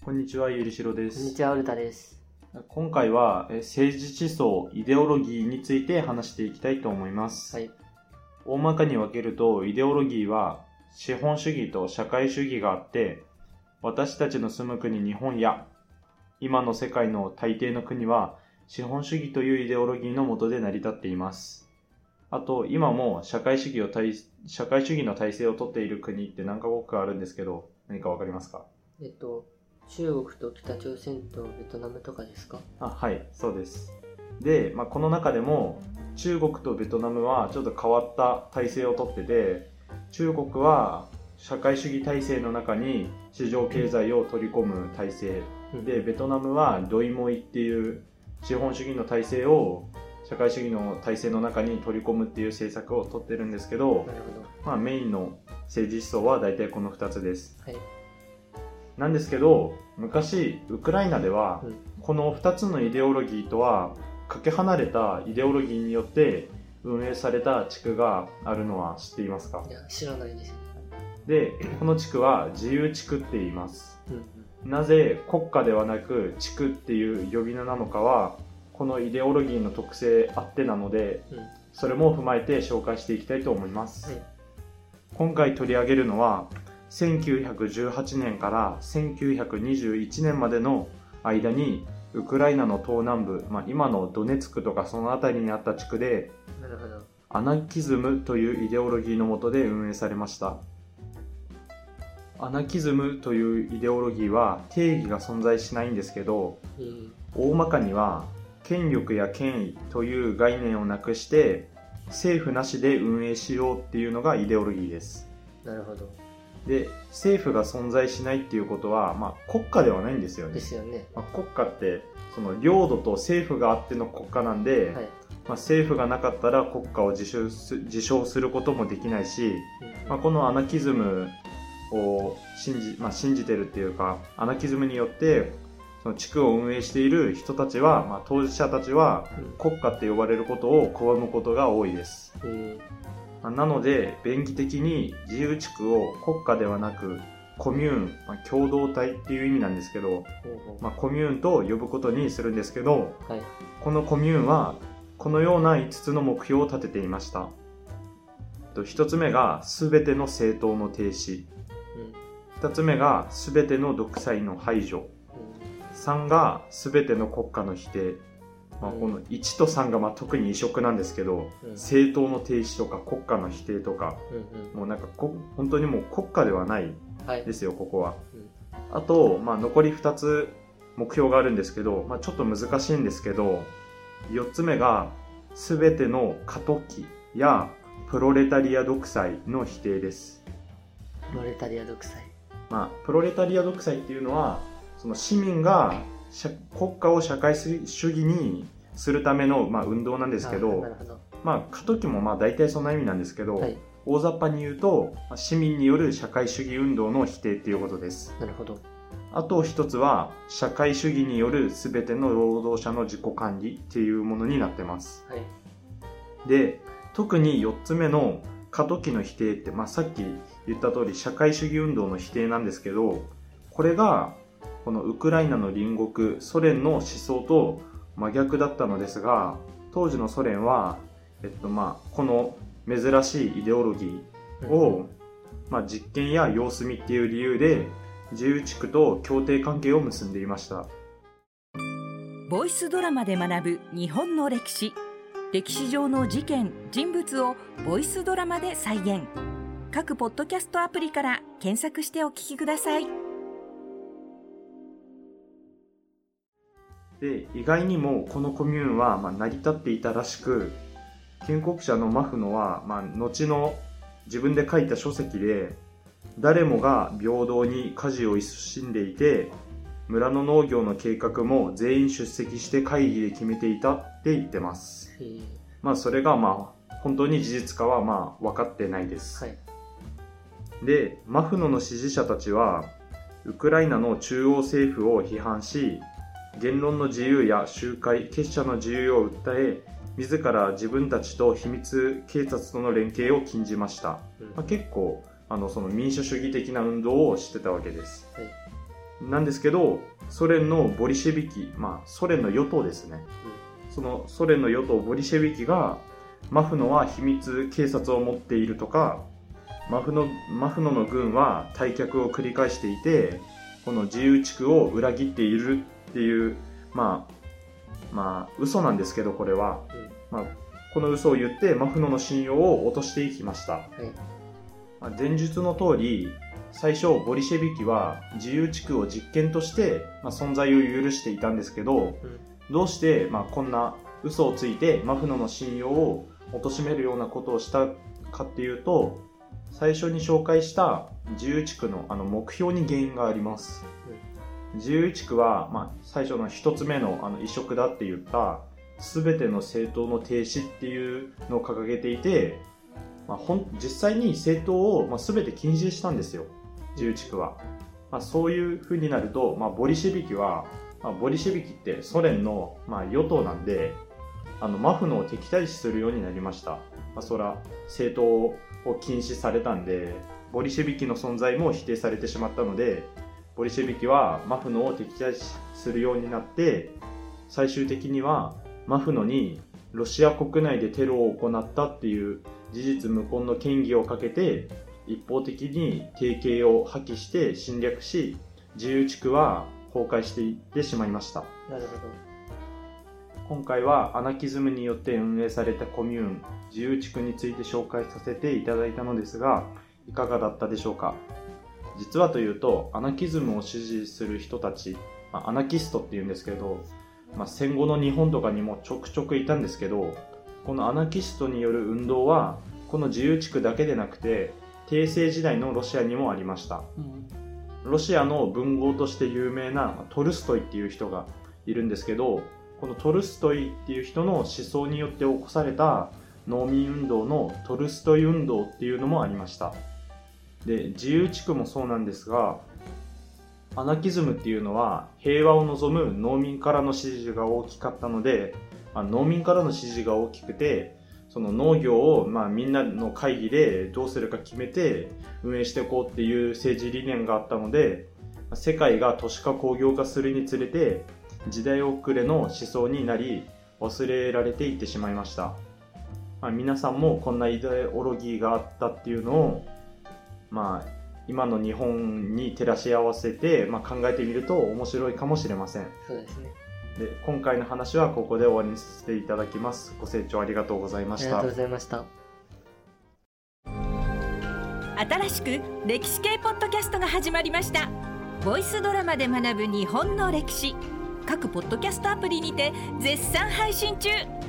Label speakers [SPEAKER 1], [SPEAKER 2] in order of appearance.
[SPEAKER 1] こんにちは、ゆりしろで
[SPEAKER 2] こんに
[SPEAKER 1] す。
[SPEAKER 2] ちは、ウルタです。
[SPEAKER 1] 今回は政治思想、イデオロギーについて話していきたいと思います。
[SPEAKER 2] はい。
[SPEAKER 1] 大まかに分けると、イデオロギーは資本主義と社会主義があって、私たちの住む国日本や今の世界の大抵の国は資本主義というイデオロギーの下で成り立っています。あと、今も社会主義の体制をとっている国って何カ国かあるんですけど、何か分かりますか？
[SPEAKER 2] 中国と北朝鮮とベトナムとかですか？
[SPEAKER 1] はい、そうです。で、この中でも中国とベトナムはちょっと変わった体制をとってて、中国は社会主義体制の中に市場経済を取り込む体制、で、ベトナムはドイモイっていう資本主義の体制を社会主義の体制の中に取り込むっていう政策をとってるんですけど、
[SPEAKER 2] なるほど。
[SPEAKER 1] メインの政治思想は大体この2つです。
[SPEAKER 2] はい。
[SPEAKER 1] なんですけど、昔ウクライナではこの2つのイデオロギーとはかけ離れたイデオロギーによって運営された地区があるのは知っていますか？
[SPEAKER 2] いや、知らないですね。
[SPEAKER 1] で、この地区は自由地区って言います。なぜ国家ではなく地区っていう呼び名なのかは、このイデオロギーの特性あってなので、それも踏まえて紹介していきたいと思います。今回取り上げるのは1918年から1921年までの間にウクライナの東南部、今のドネツクとかその辺りにあった地区で、
[SPEAKER 2] なるほど。
[SPEAKER 1] アナキズムというイデオロギーの下で運営されました。アナキズムというイデオロギーは定義が存在しないんですけど、大まかには権力や権威という概念をなくして政府なしで運営しようっていうのがイデオロギーです。
[SPEAKER 2] なるほど。
[SPEAKER 1] で、政府が存在しないっていうことは、国家ではないんですよね。
[SPEAKER 2] ですよね。
[SPEAKER 1] 国家ってその領土と政府があっての国家なんで、政府がなかったら国家を自称することもできないし、このアナキズムを信じてるっていうか、アナキズムによってその地区を運営している人たちは、当事者たちは国家って呼ばれることを拒むことが多いです。なので便宜的に自由地区を国家ではなくコミューン、共同体っていう意味なんですけど、コミューンと呼ぶことにするんですけど、このコミューンはこのような5つの目標を立てていました。1つ目が全ての政党の停止、2つ目が全ての独裁の排除、3が全ての国家の否定、この1と3が特に異色なんですけど、政党の停止とか国家の否定とか、もうなんか本当にもう国家ではないですよ、ここは。あと、残り2つ目標があるんですけど、ちょっと難しいんですけど、4つ目が全ての過渡期やプロレタリア独裁の否定です。
[SPEAKER 2] プロレタリア独裁。
[SPEAKER 1] プロレタリア独裁っていうのは、その市民が国家を社会主義にするための、運動なんですけど、過渡期も大体そんな意味なんですけど、大雑把に言うと市民による社会主義運動の否定っていうことです。
[SPEAKER 2] なるほど。あ
[SPEAKER 1] と一つは社会主義による全ての労働者の自己管理っていうものになってます。で、特に4つ目の過渡期の否定って、さっき言った通り社会主義運動の否定なんですけど、これがこのウクライナの隣国ソ連の思想と真逆だったのですが、当時のソ連は、この珍しいイデオロギーを、実験や様子見っていう理由で自由地区と協定関係を結んでいました。
[SPEAKER 3] ボイスドラマで学ぶ日本の歴史上の事件人物をボイスドラマで再現。各ポッドキャストアプリから検索してお聞きください。
[SPEAKER 1] で、意外にもこのコミューンは成り立っていたらしく、建国者のマフノは後の自分で書いた書籍で、誰もが平等に家事を勤しんでいて、村の農業の計画も全員出席して会議で決めていたって言ってます。それが本当に事実かは分かってないです。で、マフノの支持者たちはウクライナの中央政府を批判し、言論の自由や集会、結社の自由を訴え、自ら自分たちと秘密警察との連携を禁じました。結構その民主主義的な運動をしてたわけです。 なんですけど、ソ連のボリシェビキ、ソ連の与党ですね、そのソ連の与党ボリシェビキがマフノは秘密警察を持っているとか、マフノの軍は退却を繰り返していて、この自由地区を裏切っているっていう嘘なんですけど、これは、この嘘を言ってマフノの信用を落としていきました。前述の通り、最初ボリシェビキは自由地区を実験として、存在を許していたんですけど、どうして、こんな嘘をついてマフノの信用を貶めるようなことをしたかっていうと、最初に紹介した自由地区の目標に原因があります。自由地区は、最初の一つ目の移植だって言った全ての政党の停止っていうのを掲げていて、実際に政党を全て禁止したんですよ、自由地区は。そういう風になると、ボリシェビキってソ連の与党なんで、マフノを敵対視するようになりました。そら政党を禁止されたんで、ボリシェビキの存在も否定されてしまったので、ボリシェビキはマフノを敵対視するようになって、最終的にはマフノにロシア国内でテロを行ったっていう事実無根の嫌疑をかけて、一方的に提携を破棄して侵略し、自由地区は崩壊していってしまいました。
[SPEAKER 2] なるほど。
[SPEAKER 1] 今回はアナキズムによって運営されたコミューン、自由地区について紹介させていただいたのですが、いかがだったでしょうか。実はというと、アナキズムを支持する人たち、アナキストっていうんですけど、戦後の日本とかにもちょくちょくいたんですけど、このアナキストによる運動はこの自由地区だけでなくて、帝政時代のロシアにもありました。ロシアの文豪として有名なトルストイっていう人がいるんですけど、このトルストイっていう人の思想によって起こされた農民運動のトルストイ運動っていうのもありました。で、自由地区もそうなんですが、アナキズムっていうのは平和を望む農民からの支持が大きかったので、農民からの支持が大きくて、その農業をみんなの会議でどうするか決めて運営していこうっていう政治理念があったので、世界が都市化工業化するにつれて時代遅れの思想になり忘れられていってしまいました。皆さんもこんなイデオロギーがあったっていうのを今の日本に照らし合わせて、考えてみると面白いかもしれません。
[SPEAKER 2] そうですね。
[SPEAKER 1] で、今回の話はここで終わりにさせていただきます。ご清聴ありがとうございました。
[SPEAKER 2] ありがとうございました。
[SPEAKER 3] 新しく歴史系ポッドキャストが始まりました。ボイスドラマで学ぶ日本の歴史、各ポッドキャストアプリにて絶賛配信中。